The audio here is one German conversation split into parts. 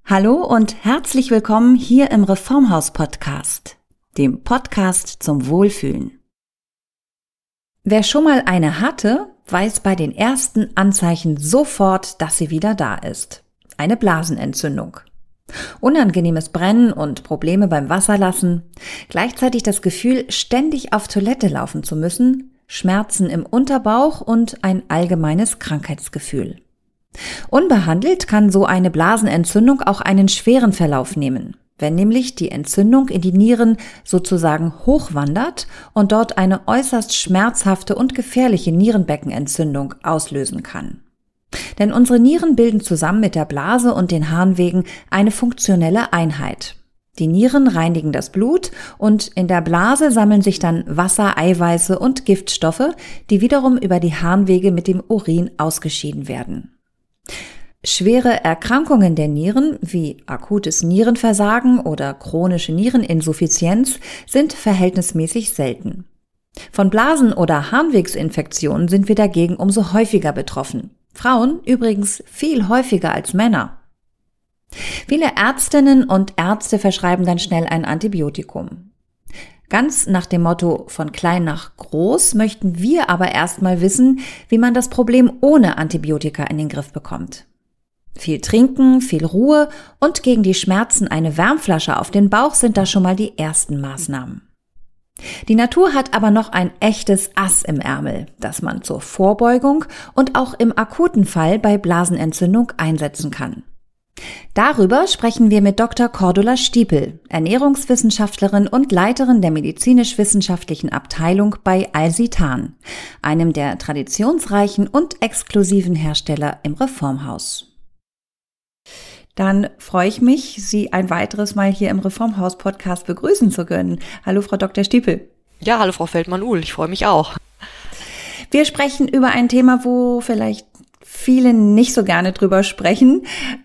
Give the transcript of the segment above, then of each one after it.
Hallo und herzlich willkommen hier im Reformhaus-Podcast, dem Podcast zum Wohlfühlen. Wer schon mal eine hatte, weiß bei den ersten Anzeichen sofort, dass sie wieder da ist. Eine Blasenentzündung. Unangenehmes Brennen und Probleme beim Wasserlassen, gleichzeitig das Gefühl, ständig auf Toilette laufen zu müssen, Schmerzen im Unterbauch und ein allgemeines Krankheitsgefühl. Unbehandelt kann so eine Blasenentzündung auch einen schweren Verlauf nehmen, wenn nämlich die Entzündung in die Nieren sozusagen hochwandert und dort eine äußerst schmerzhafte und gefährliche Nierenbeckenentzündung auslösen kann. Denn unsere Nieren bilden zusammen mit der Blase und den Harnwegen eine funktionelle Einheit. Die Nieren reinigen das Blut und in der Blase sammeln sich dann Wasser, Eiweiße und Giftstoffe, die wiederum über die Harnwege mit dem Urin ausgeschieden werden. Schwere Erkrankungen der Nieren wie akutes Nierenversagen oder chronische Niereninsuffizienz sind verhältnismäßig selten. Von Blasen- oder Harnwegsinfektionen sind wir dagegen umso häufiger betroffen. Frauen übrigens viel häufiger als Männer. Viele Ärztinnen und Ärzte verschreiben dann schnell ein Antibiotikum. Ganz nach dem Motto von klein nach groß möchten wir aber erstmal wissen, wie man das Problem ohne Antibiotika in den Griff bekommt. Viel trinken, viel Ruhe und gegen die Schmerzen eine Wärmflasche auf den Bauch sind da schon mal die ersten Maßnahmen. Die Natur hat aber noch ein echtes Ass im Ärmel, das man zur Vorbeugung und auch im akuten Fall bei Blasenentzündung einsetzen kann. Darüber sprechen wir mit Dr. Cordula Stiepel, Ernährungswissenschaftlerin und Leiterin der medizinisch-wissenschaftlichen Abteilung bei Alsitan, einem der traditionsreichen und exklusiven Hersteller im Reformhaus. Dann freue ich mich, Sie ein weiteres Mal hier im Reformhaus-Podcast begrüßen zu können. Hallo, Frau Dr. Stiepel. Ja, hallo, Frau Feldmann-Uhl. Ich freue mich auch. Wir sprechen über ein Thema, wo vielleicht viele nicht so gerne drüber sprechen.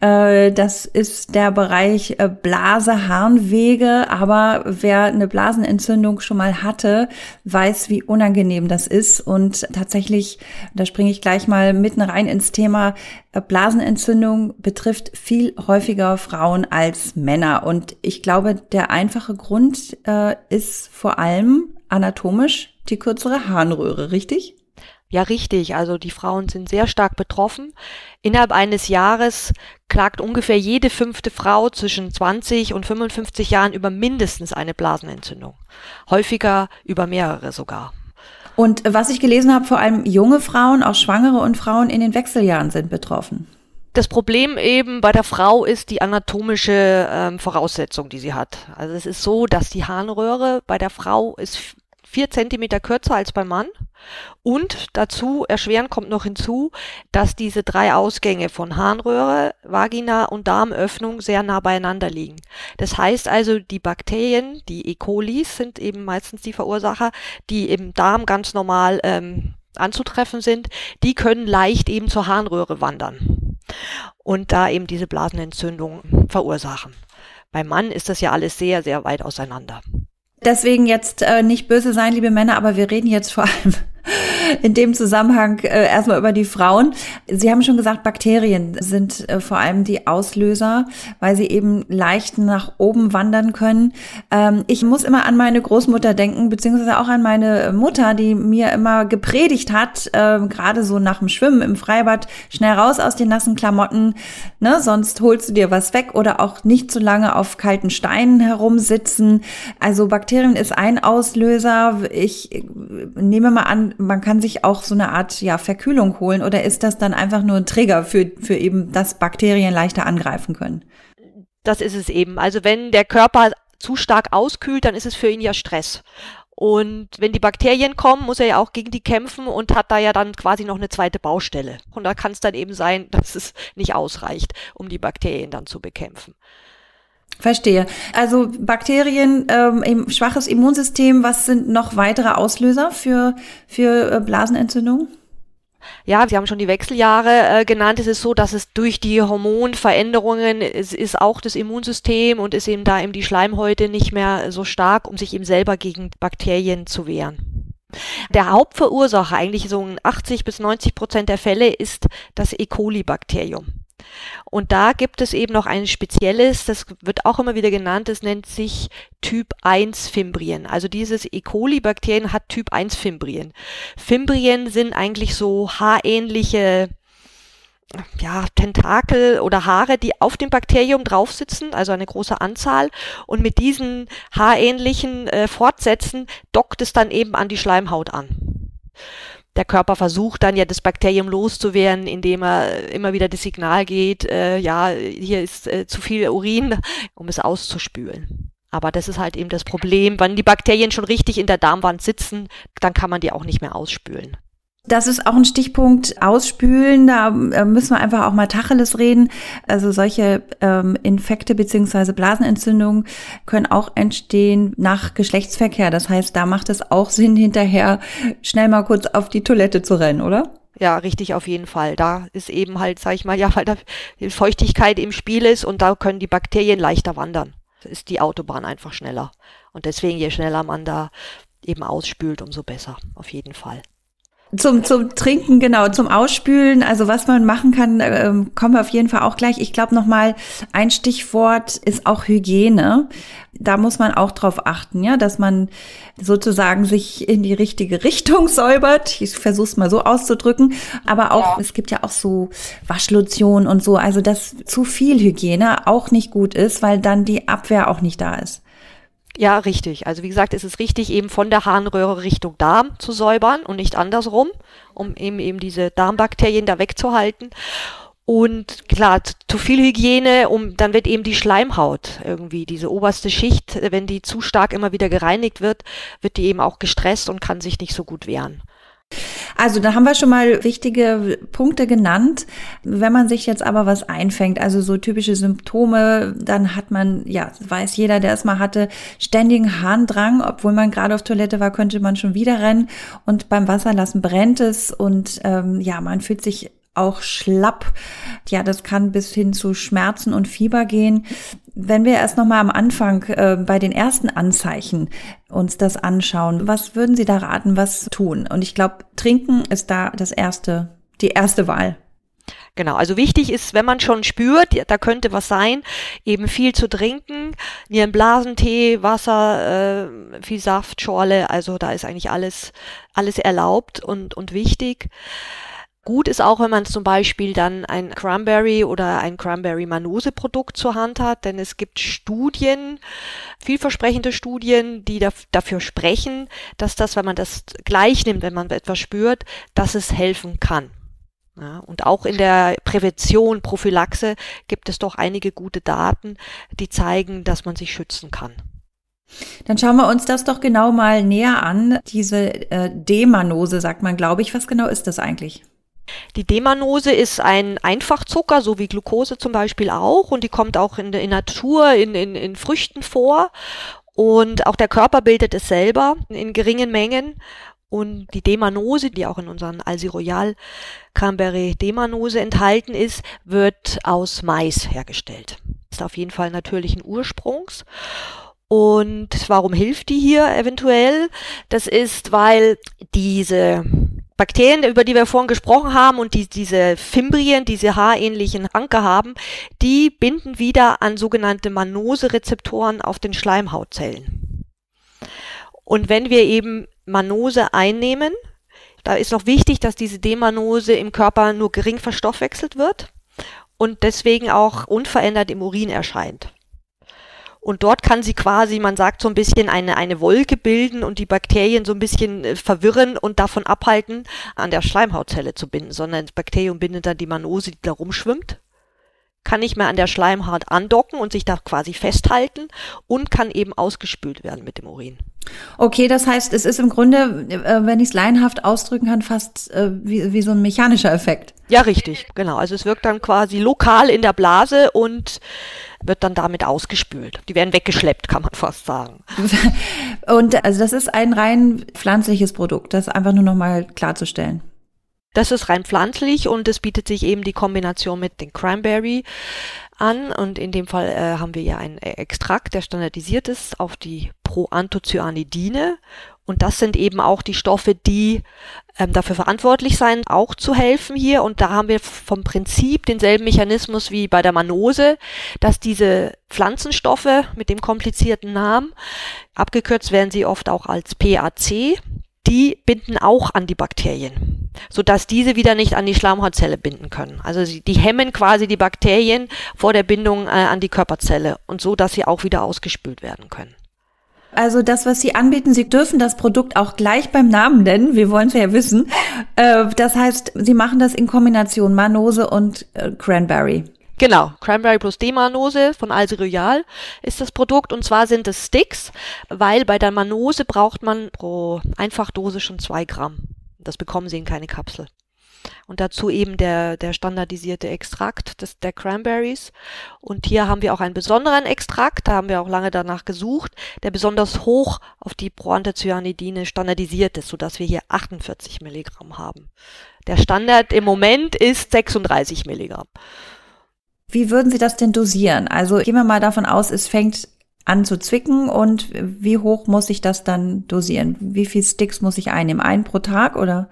Das ist der Bereich Blase, Harnwege. Aber wer eine Blasenentzündung schon mal hatte, weiß, wie unangenehm das ist. Und tatsächlich, da springe ich gleich mal mitten rein ins Thema, Blasenentzündung betrifft viel häufiger Frauen als Männer. Und ich glaube, der einfache Grund ist vor allem anatomisch die kürzere Harnröhre, richtig? Ja, richtig. Also die Frauen sind sehr stark betroffen. Innerhalb eines Jahres klagt ungefähr jede 5. Frau zwischen 20 und 55 Jahren über mindestens eine Blasenentzündung. Häufiger über mehrere sogar. Und was ich gelesen habe, vor allem junge Frauen, auch Schwangere und Frauen in den Wechseljahren sind betroffen. Das Problem eben bei der Frau ist die anatomische Voraussetzung, die sie hat. Also es ist so, dass die Harnröhre bei der Frau ist 4 Zentimeter kürzer als beim Mann. Und dazu erschwerend kommt noch hinzu, dass diese 3 Ausgänge von Harnröhre, Vagina und Darmöffnung sehr nah beieinander liegen. Das heißt also, die Bakterien, die E. colis sind eben meistens die Verursacher, die im Darm ganz normal anzutreffen sind, die können leicht eben zur Harnröhre wandern und da eben diese Blasenentzündung verursachen. Beim Mann ist das ja alles sehr, sehr weit auseinander. Deswegen jetzt nicht böse sein, liebe Männer, aber wir reden jetzt vor allem in dem Zusammenhang erstmal über die Frauen. Sie haben schon gesagt, Bakterien sind vor allem die Auslöser, weil sie eben leicht nach oben wandern können. Ich muss immer an meine Großmutter denken, beziehungsweise auch an meine Mutter, die mir immer gepredigt hat, gerade so nach dem Schwimmen im Freibad, schnell raus aus den nassen Klamotten, ne, sonst holst du dir was weg, oder auch nicht zu lange auf kalten Steinen herumsitzen. Also Bakterien ist ein Auslöser. Ich nehme mal an, man kann sich auch so eine Art Verkühlung holen, oder ist das dann einfach nur ein Trigger für eben, dass Bakterien leichter angreifen können? Das ist es eben. Also wenn der Körper zu stark auskühlt, dann ist es für ihn ja Stress. Und wenn die Bakterien kommen, muss er ja auch gegen die kämpfen und hat da ja dann quasi noch eine zweite Baustelle. Und da kann es dann eben sein, dass es nicht ausreicht, um die Bakterien dann zu bekämpfen. Verstehe. Also Bakterien, schwaches Immunsystem, was sind noch weitere Auslöser für Blasenentzündung? Ja, Sie haben schon die Wechseljahre genannt. Es ist so, dass es durch die Hormonveränderungen, es ist auch das Immunsystem und ist eben da eben die Schleimhäute nicht mehr so stark, um sich eben selber gegen Bakterien zu wehren. Der Hauptverursacher, eigentlich so in 80-90% der Fälle, ist das E. coli-Bakterium. Und da gibt es eben noch ein spezielles, das wird auch immer wieder genannt, das nennt sich Typ 1 Fimbrien. Also dieses E. coli-Bakterien hat Typ 1 Fimbrien. Fimbrien sind eigentlich so haarähnliche Tentakel oder Haare, die auf dem Bakterium drauf sitzen, also eine große Anzahl. Und mit diesen haarähnlichen Fortsätzen dockt es dann eben an die Schleimhaut an. Der Körper versucht dann ja, das Bakterium loszuwerden, indem er immer wieder das Signal geht, hier ist zu viel Urin, um es auszuspülen. Aber das ist halt eben das Problem, wenn die Bakterien schon richtig in der Darmwand sitzen, dann kann man die auch nicht mehr ausspülen. Das ist auch ein Stichpunkt, ausspülen, da müssen wir einfach auch mal Tacheles reden. Also solche Infekte beziehungsweise Blasenentzündungen können auch entstehen nach Geschlechtsverkehr. Das heißt, da macht es auch Sinn, hinterher schnell mal kurz auf die Toilette zu rennen, oder? Ja, richtig, auf jeden Fall. Da ist eben halt, sag ich mal, weil da die Feuchtigkeit im Spiel ist und da können die Bakterien leichter wandern. Da ist die Autobahn einfach schneller. Und deswegen, je schneller man da eben ausspült, umso besser, auf jeden Fall. Zum Trinken, genau, zum Ausspülen, also was man machen kann, kommen wir auf jeden Fall auch gleich. Ich glaube nochmal, ein Stichwort ist auch Hygiene. Da muss man auch drauf achten, ja, dass man sozusagen sich in die richtige Richtung säubert. Ich versuche es mal so auszudrücken. Aber auch, Es gibt ja auch so Waschlotion und so, also dass zu viel Hygiene auch nicht gut ist, weil dann die Abwehr auch nicht da ist. Ja, richtig. Also wie gesagt, es ist richtig, eben von der Harnröhre Richtung Darm zu säubern und nicht andersrum, um eben diese Darmbakterien da wegzuhalten. Und klar, zu viel Hygiene, dann wird eben die Schleimhaut irgendwie, diese oberste Schicht, wenn die zu stark immer wieder gereinigt wird die eben auch gestresst und kann sich nicht so gut wehren. Also da haben wir schon mal wichtige Punkte genannt. Wenn man sich jetzt aber was einfängt, also so typische Symptome, dann hat man, weiß jeder, der es mal hatte, ständigen Harndrang. Obwohl man gerade auf Toilette war, könnte man schon wieder rennen. Und beim Wasserlassen brennt es und man fühlt sich auch schlapp. Ja, das kann bis hin zu Schmerzen und Fieber gehen. Wenn wir erst noch mal am Anfang bei den ersten Anzeichen uns das anschauen, was würden Sie da raten, was tun? Und ich glaube, Trinken ist da die erste Wahl. Genau, also wichtig ist, wenn man schon spürt, da könnte was sein, eben viel zu trinken, Nierenblasentee, Wasser, viel Saft, Schorle, also da ist eigentlich alles erlaubt und wichtig. Gut ist auch, wenn man zum Beispiel dann ein Cranberry oder ein Cranberry-Manose-Produkt zur Hand hat, denn es gibt Studien, vielversprechende Studien, die dafür sprechen, dass das, wenn man das gleich nimmt, wenn man etwas spürt, dass es helfen kann. Ja, und auch in der Prävention, Prophylaxe gibt es doch einige gute Daten, die zeigen, dass man sich schützen kann. Dann schauen wir uns das doch genau mal näher an. Diese D-Manose sagt man, glaube ich. Was genau ist das eigentlich? Die D-Manose ist ein Einfachzucker, so wie Glucose zum Beispiel auch, und die kommt auch in der Natur, in Früchten vor. Und auch der Körper bildet es selber in geringen Mengen. Und die D-Manose, die auch in unseren Alsi Royal Cranberry D-Manose enthalten ist, wird aus Mais hergestellt. Ist auf jeden Fall natürlichen Ursprungs. Und warum hilft die hier eventuell? Das ist, weil diese Bakterien, über die wir vorhin gesprochen haben und diese Fimbrien, diese haarähnlichen Anker haben, die binden wieder an sogenannte Manose-Rezeptoren auf den Schleimhautzellen. Und wenn wir eben Manose einnehmen, da ist noch wichtig, dass diese D-Manose im Körper nur gering verstoffwechselt wird und deswegen auch unverändert im Urin erscheint. Und dort kann sie quasi, man sagt so ein bisschen, eine Wolke bilden und die Bakterien so ein bisschen verwirren und davon abhalten, an der Schleimhautzelle zu binden, sondern das Bakterium bindet dann die Manose, die da rumschwimmt, kann nicht mehr an der Schleimhaut andocken und sich da quasi festhalten und kann eben ausgespült werden mit dem Urin. Okay, das heißt, es ist im Grunde, wenn ich es laienhaft ausdrücken kann, fast wie so ein mechanischer Effekt. Ja, richtig, genau. Also es wirkt dann quasi lokal in der Blase und wird dann damit ausgespült. Die werden weggeschleppt, kann man fast sagen. Und also das ist ein rein pflanzliches Produkt, das einfach nur noch mal klarzustellen. Das ist rein pflanzlich und es bietet sich eben die Kombination mit den Cranberry an und in dem Fall haben wir ja einen Extrakt, der standardisiert ist auf die Proanthocyanidine und das sind eben auch die Stoffe, die dafür verantwortlich sein, auch zu helfen hier und da haben wir vom Prinzip denselben Mechanismus wie bei der Mannose, dass diese Pflanzenstoffe mit dem komplizierten Namen, abgekürzt werden sie oft auch als PAC, die binden auch an die Bakterien, sodass diese wieder nicht an die Schleimhautzelle binden können. Also die hemmen quasi die Bakterien vor der Bindung an die Körperzelle und so, dass sie auch wieder ausgespült werden können. Also das, was Sie anbieten, Sie dürfen das Produkt auch gleich beim Namen nennen. Wir wollen es ja wissen. Das heißt, Sie machen das in Kombination Mannose und Cranberry. Genau, Cranberry plus D-Mannose von Alse Royal ist das Produkt und zwar sind es Sticks, weil bei der Mannose braucht man pro Einfachdose schon 2 Gramm. Das bekommen Sie in keine Kapsel. Und dazu eben der standardisierte Extrakt der Cranberries. Und hier haben wir auch einen besonderen Extrakt, da haben wir auch lange danach gesucht, der besonders hoch auf die Proanthocyanidine standardisiert ist, sodass wir hier 48 Milligramm haben. Der Standard im Moment ist 36 Milligramm. Wie würden Sie das denn dosieren? Also gehen wir mal davon aus, es fängt an zu zwicken und wie hoch muss ich das dann dosieren? Wie viel Sticks muss ich einnehmen? 1 pro Tag oder?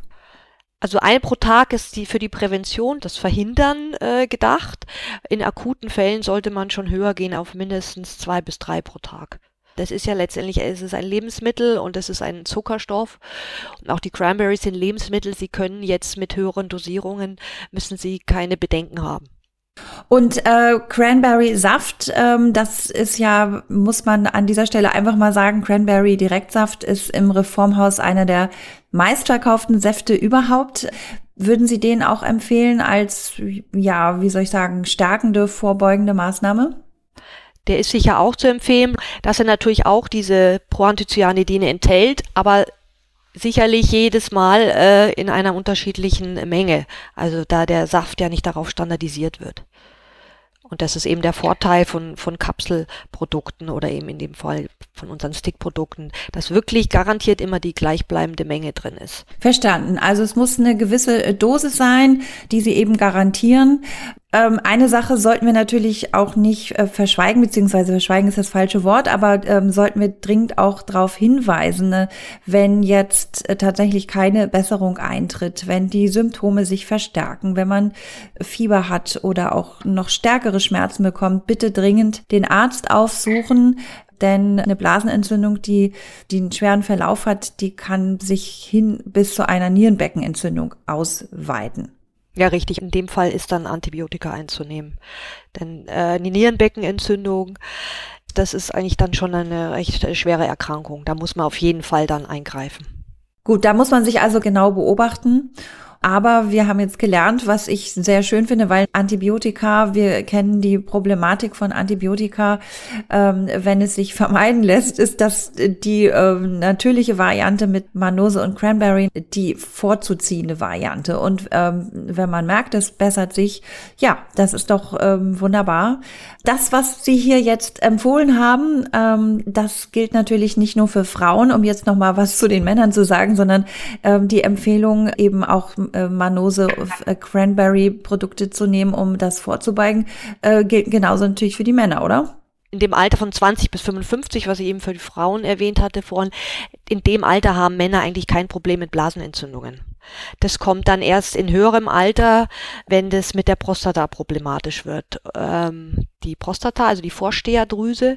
Also 1 pro Tag ist für die Prävention, das Verhindern gedacht. In akuten Fällen sollte man schon höher gehen auf mindestens 2 bis 3 pro Tag. Das ist ja letztendlich, es ist ein Lebensmittel und es ist ein Zuckerstoff. Und auch die Cranberries sind Lebensmittel. Sie können jetzt mit höheren Dosierungen, müssen Sie keine Bedenken haben. Und Cranberry-Saft, das ist ja, muss man an dieser Stelle einfach mal sagen, Cranberry-Direktsaft ist im Reformhaus einer der meistverkauften Säfte überhaupt. Würden Sie den auch empfehlen als, ja, wie soll ich sagen, stärkende, vorbeugende Maßnahme? Der ist sicher auch zu empfehlen, dass er natürlich auch diese Proanthocyanidine enthält, aber sicherlich jedes Mal in einer unterschiedlichen Menge, also da der Saft ja nicht darauf standardisiert wird. Und das ist eben der Vorteil von Kapselprodukten oder eben in dem Fall von unseren Stickprodukten, dass wirklich garantiert immer die gleichbleibende Menge drin ist. Verstanden. Also es muss eine gewisse Dosis sein, die Sie eben garantieren. Eine Sache sollten wir natürlich auch nicht verschweigen, beziehungsweise verschweigen ist das falsche Wort, aber sollten wir dringend auch darauf hinweisen, ne, wenn jetzt tatsächlich keine Besserung eintritt, wenn die Symptome sich verstärken, wenn man Fieber hat oder auch noch stärkere Schmerzen bekommt, bitte dringend den Arzt aufsuchen. Denn eine Blasenentzündung, die einen schweren Verlauf hat, die kann sich hin bis zu einer Nierenbeckenentzündung ausweiten. Ja, richtig. In dem Fall ist dann Antibiotika einzunehmen. Denn die Nierenbeckenentzündung, das ist eigentlich dann schon eine recht schwere Erkrankung. Da muss man auf jeden Fall dann eingreifen. Gut, da muss man sich also genau beobachten. Aber wir haben jetzt gelernt, was ich sehr schön finde, weil Antibiotika, wir kennen die Problematik von Antibiotika, wenn es sich vermeiden lässt, ist das die natürliche Variante mit Mannose und Cranberry die vorzuziehende Variante. Und wenn man merkt, es bessert sich, ja, das ist doch wunderbar. Das, was Sie hier jetzt empfohlen haben, das gilt natürlich nicht nur für Frauen, um jetzt nochmal was zu den Männern zu sagen, sondern die Empfehlung eben auch Mannose, Cranberry-Produkte zu nehmen, um das vorzubeugen, gilt genauso natürlich für die Männer, oder? In dem Alter von 20 bis 55, was ich eben für die Frauen erwähnt hatte vorhin, in dem Alter haben Männer eigentlich kein Problem mit Blasenentzündungen. Das kommt dann erst in höherem Alter, wenn das mit der Prostata problematisch wird. Die Prostata, also die Vorsteherdrüse,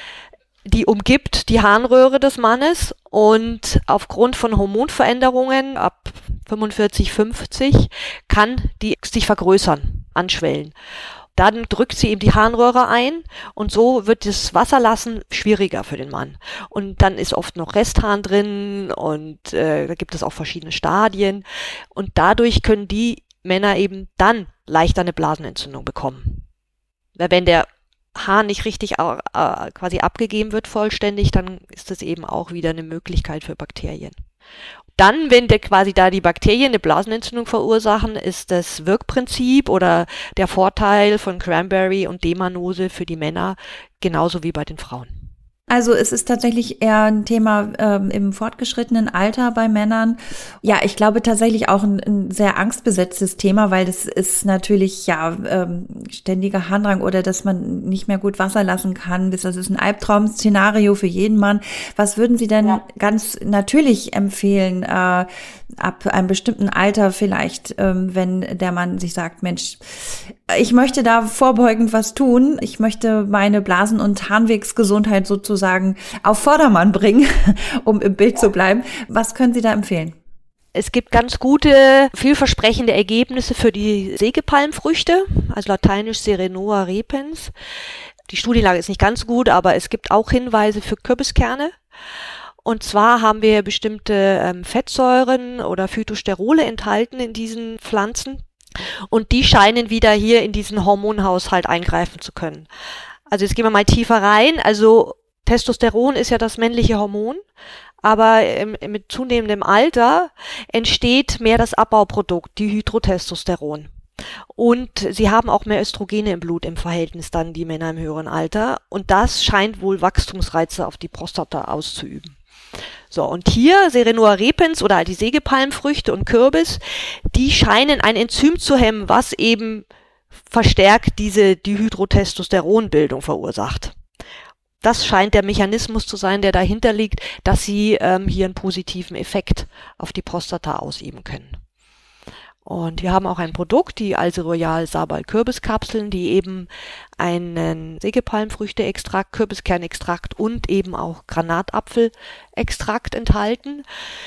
die umgibt die Harnröhre des Mannes und aufgrund von Hormonveränderungen ab 45, 50 kann die sich vergrößern, anschwellen. Dann drückt sie eben die Harnröhre ein und so wird das Wasserlassen schwieriger für den Mann. Und dann ist oft noch Restharn drin und da gibt es auch verschiedene Stadien. Und dadurch können die Männer eben dann leichter eine Blasenentzündung bekommen. Weil wenn der Hahn nicht richtig quasi abgegeben wird vollständig, dann ist das eben auch wieder eine Möglichkeit für Bakterien. Dann, wenn quasi da die Bakterien eine Blasenentzündung verursachen, ist das Wirkprinzip oder der Vorteil von Cranberry und D-Mannose für die Männer genauso wie bei den Frauen. Also es ist tatsächlich eher ein Thema im fortgeschrittenen Alter bei Männern. Ja, ich glaube tatsächlich auch ein sehr angstbesetztes Thema, weil das ist natürlich ständiger Harndrang oder dass man nicht mehr gut Wasser lassen kann. Das ist ein Albtraum-Szenario für jeden Mann. Was würden Sie denn ganz natürlich empfehlen, ab einem bestimmten Alter vielleicht, wenn der Mann sich sagt, Mensch, ich möchte da vorbeugend was tun. Ich möchte meine Blasen- und Harnwegsgesundheit sozusagen auf Vordermann bringen, um im Bild zu bleiben. Was können Sie da empfehlen? Es gibt ganz gute, vielversprechende Ergebnisse für die Sägepalmfrüchte, also lateinisch Serenoa repens. Die Studienlage ist nicht ganz gut, aber es gibt auch Hinweise für Kürbiskerne. Und zwar haben wir bestimmte Fettsäuren oder Phytosterole enthalten in diesen Pflanzen. Und die scheinen wieder hier in diesen Hormonhaushalt eingreifen zu können. Also jetzt gehen wir mal tiefer rein. Also Testosteron ist ja das männliche Hormon, aber mit zunehmendem Alter entsteht mehr das Abbauprodukt, Dihydrotestosteron. Und sie haben auch mehr Östrogene im Blut im Verhältnis dann, die Männer im höheren Alter. Und das scheint wohl Wachstumsreize auf die Prostata auszuüben. So, und hier Serenoa repens oder die Sägepalmfrüchte und Kürbis, die scheinen ein Enzym zu hemmen, was eben verstärkt diese Dihydrotestosteronbildung verursacht. Das scheint der Mechanismus zu sein, der dahinter liegt, dass sie hier einen positiven Effekt auf die Prostata ausüben können. Und wir haben auch ein Produkt, die Alseroyal Sabal Kürbiskapseln, die eben einen Sägepalmfrüchteextrakt, Kürbiskernextrakt und eben auch Granatapfelextrakt enthalten.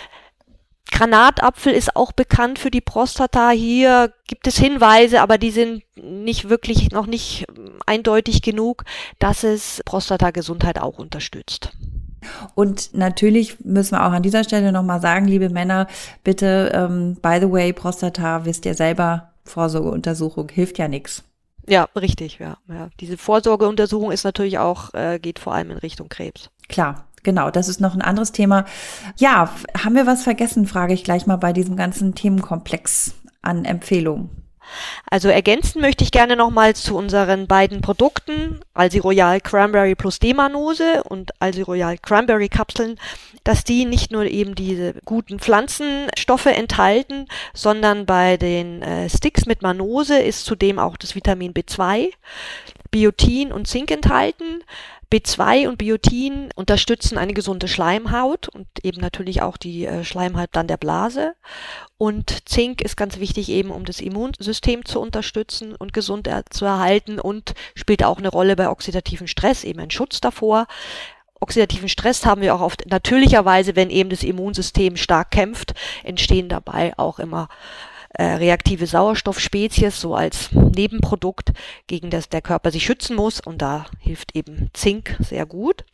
Granatapfel ist auch bekannt für die Prostata. Hier gibt es Hinweise, aber die sind noch nicht eindeutig genug, dass es Prostatagesundheit auch unterstützt. Und natürlich müssen wir auch an dieser Stelle nochmal sagen, liebe Männer, bitte, by the way, Prostata, wisst ihr selber, Vorsorgeuntersuchung hilft ja nichts. Ja, richtig, ja. Diese Vorsorgeuntersuchung ist natürlich auch, geht vor allem in Richtung Krebs. Klar. Genau, das ist noch ein anderes Thema. Ja, haben wir was vergessen, frage ich gleich mal bei diesem ganzen Themenkomplex an Empfehlungen. Also ergänzen möchte ich gerne nochmal zu unseren beiden Produkten, Alsiroyal Cranberry plus D-Manose und Alsiroyal Cranberry Kapseln, dass die nicht nur eben diese guten Pflanzenstoffe enthalten, sondern bei den Sticks mit Manose ist zudem auch das Vitamin B2, Biotin und Zink enthalten. B2 und Biotin unterstützen eine gesunde Schleimhaut und eben natürlich auch die Schleimhaut dann der Blase. Und Zink ist ganz wichtig eben, um das Immunsystem zu unterstützen und gesund zu erhalten und spielt auch eine Rolle bei oxidativen Stress, eben ein Schutz davor. Oxidativen Stress haben wir auch oft natürlicherweise, wenn eben das Immunsystem stark kämpft, entstehen dabei auch immer reaktive Sauerstoffspezies, so als Nebenprodukt, gegen das der Körper sich schützen muss. Und da hilft eben Zink sehr gut.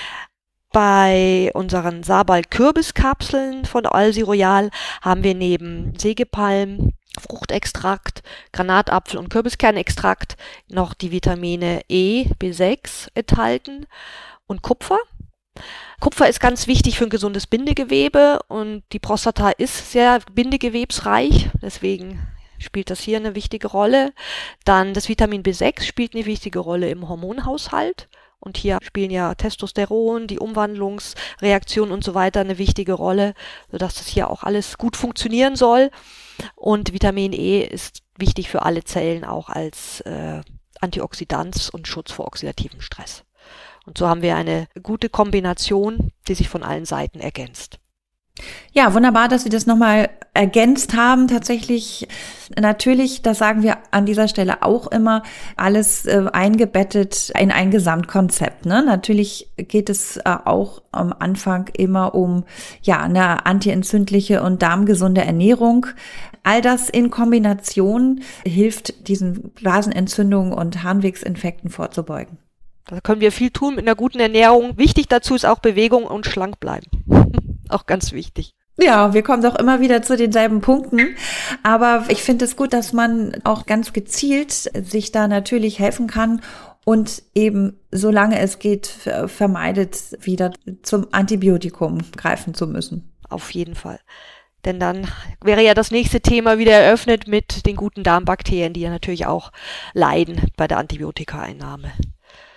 Bei unseren Sabal-Kürbiskapseln von Alsiroyal haben wir neben Sägepalm, Fruchtextrakt, Granatapfel und Kürbiskernextrakt noch die Vitamine E, B6 enthalten und Kupfer. Kupfer ist ganz wichtig für ein gesundes Bindegewebe und die Prostata ist sehr bindegewebsreich, deswegen spielt das hier eine wichtige Rolle. Dann das Vitamin B6 spielt eine wichtige Rolle im Hormonhaushalt und hier spielen ja Testosteron, die Umwandlungsreaktion und so weiter eine wichtige Rolle, sodass das hier auch alles gut funktionieren soll. Und Vitamin E ist wichtig für alle Zellen auch als Antioxidant und Schutz vor oxidativem Stress. Und so haben wir eine gute Kombination, die sich von allen Seiten ergänzt. Ja, wunderbar, dass Sie das nochmal ergänzt haben. Tatsächlich, natürlich, das sagen wir an dieser Stelle auch immer, alles eingebettet in ein Gesamtkonzept. Ne? Natürlich geht es auch am Anfang immer um eine antientzündliche und darmgesunde Ernährung. All das in Kombination hilft, diesen Blasenentzündungen und Harnwegsinfekten vorzubeugen. Da können wir viel tun mit einer guten Ernährung. Wichtig dazu ist auch Bewegung und schlank bleiben. Auch ganz wichtig. Ja, wir kommen doch immer wieder zu denselben Punkten. Aber ich finde es gut, dass man auch ganz gezielt sich da natürlich helfen kann und eben, solange es geht, vermeidet, wieder zum Antibiotikum greifen zu müssen. Auf jeden Fall. Denn dann wäre ja das nächste Thema wieder eröffnet mit den guten Darmbakterien, die ja natürlich auch leiden bei der Antibiotikaeinnahme.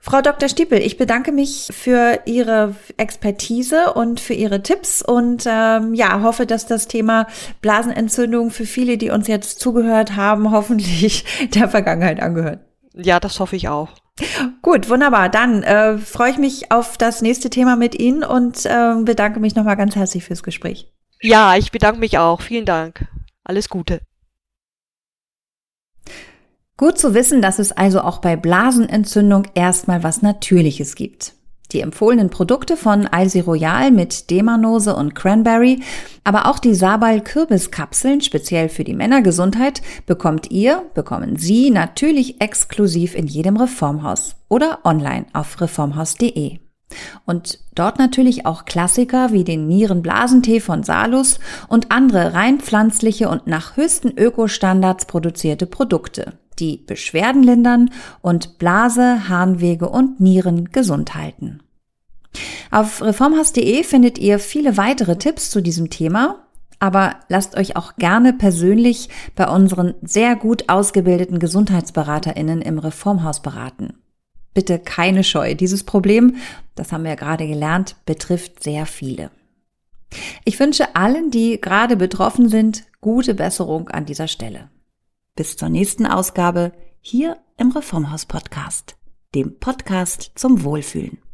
Frau Dr. Stiepel, ich bedanke mich für Ihre Expertise und für Ihre Tipps und hoffe, dass das Thema Blasenentzündung für viele, die uns jetzt zugehört haben, hoffentlich der Vergangenheit angehört. Ja, das hoffe ich auch. Gut, wunderbar. Dann freue ich mich auf das nächste Thema mit Ihnen und bedanke mich nochmal ganz herzlich fürs Gespräch. Ja, ich bedanke mich auch. Vielen Dank. Alles Gute. Gut zu wissen, dass es also auch bei Blasenentzündung erstmal was Natürliches gibt. Die empfohlenen Produkte von Alsi Royal mit Demanose und Cranberry, aber auch die Sabal-Kürbiskapseln, speziell für die Männergesundheit, bekommen Sie natürlich exklusiv in jedem Reformhaus oder online auf reformhaus.de. Und dort natürlich auch Klassiker wie den Nierenblasentee von Salus und andere rein pflanzliche und nach höchsten Ökostandards produzierte Produkte, die Beschwerden lindern und Blase, Harnwege und Nieren gesund halten. Auf reformhaus.de findet ihr viele weitere Tipps zu diesem Thema, aber lasst euch auch gerne persönlich bei unseren sehr gut ausgebildeten GesundheitsberaterInnen im Reformhaus beraten. Bitte keine Scheu. Dieses Problem, das haben wir ja gerade gelernt, betrifft sehr viele. Ich wünsche allen, die gerade betroffen sind, gute Besserung an dieser Stelle. Bis zur nächsten Ausgabe hier im Reformhaus Podcast, dem Podcast zum Wohlfühlen.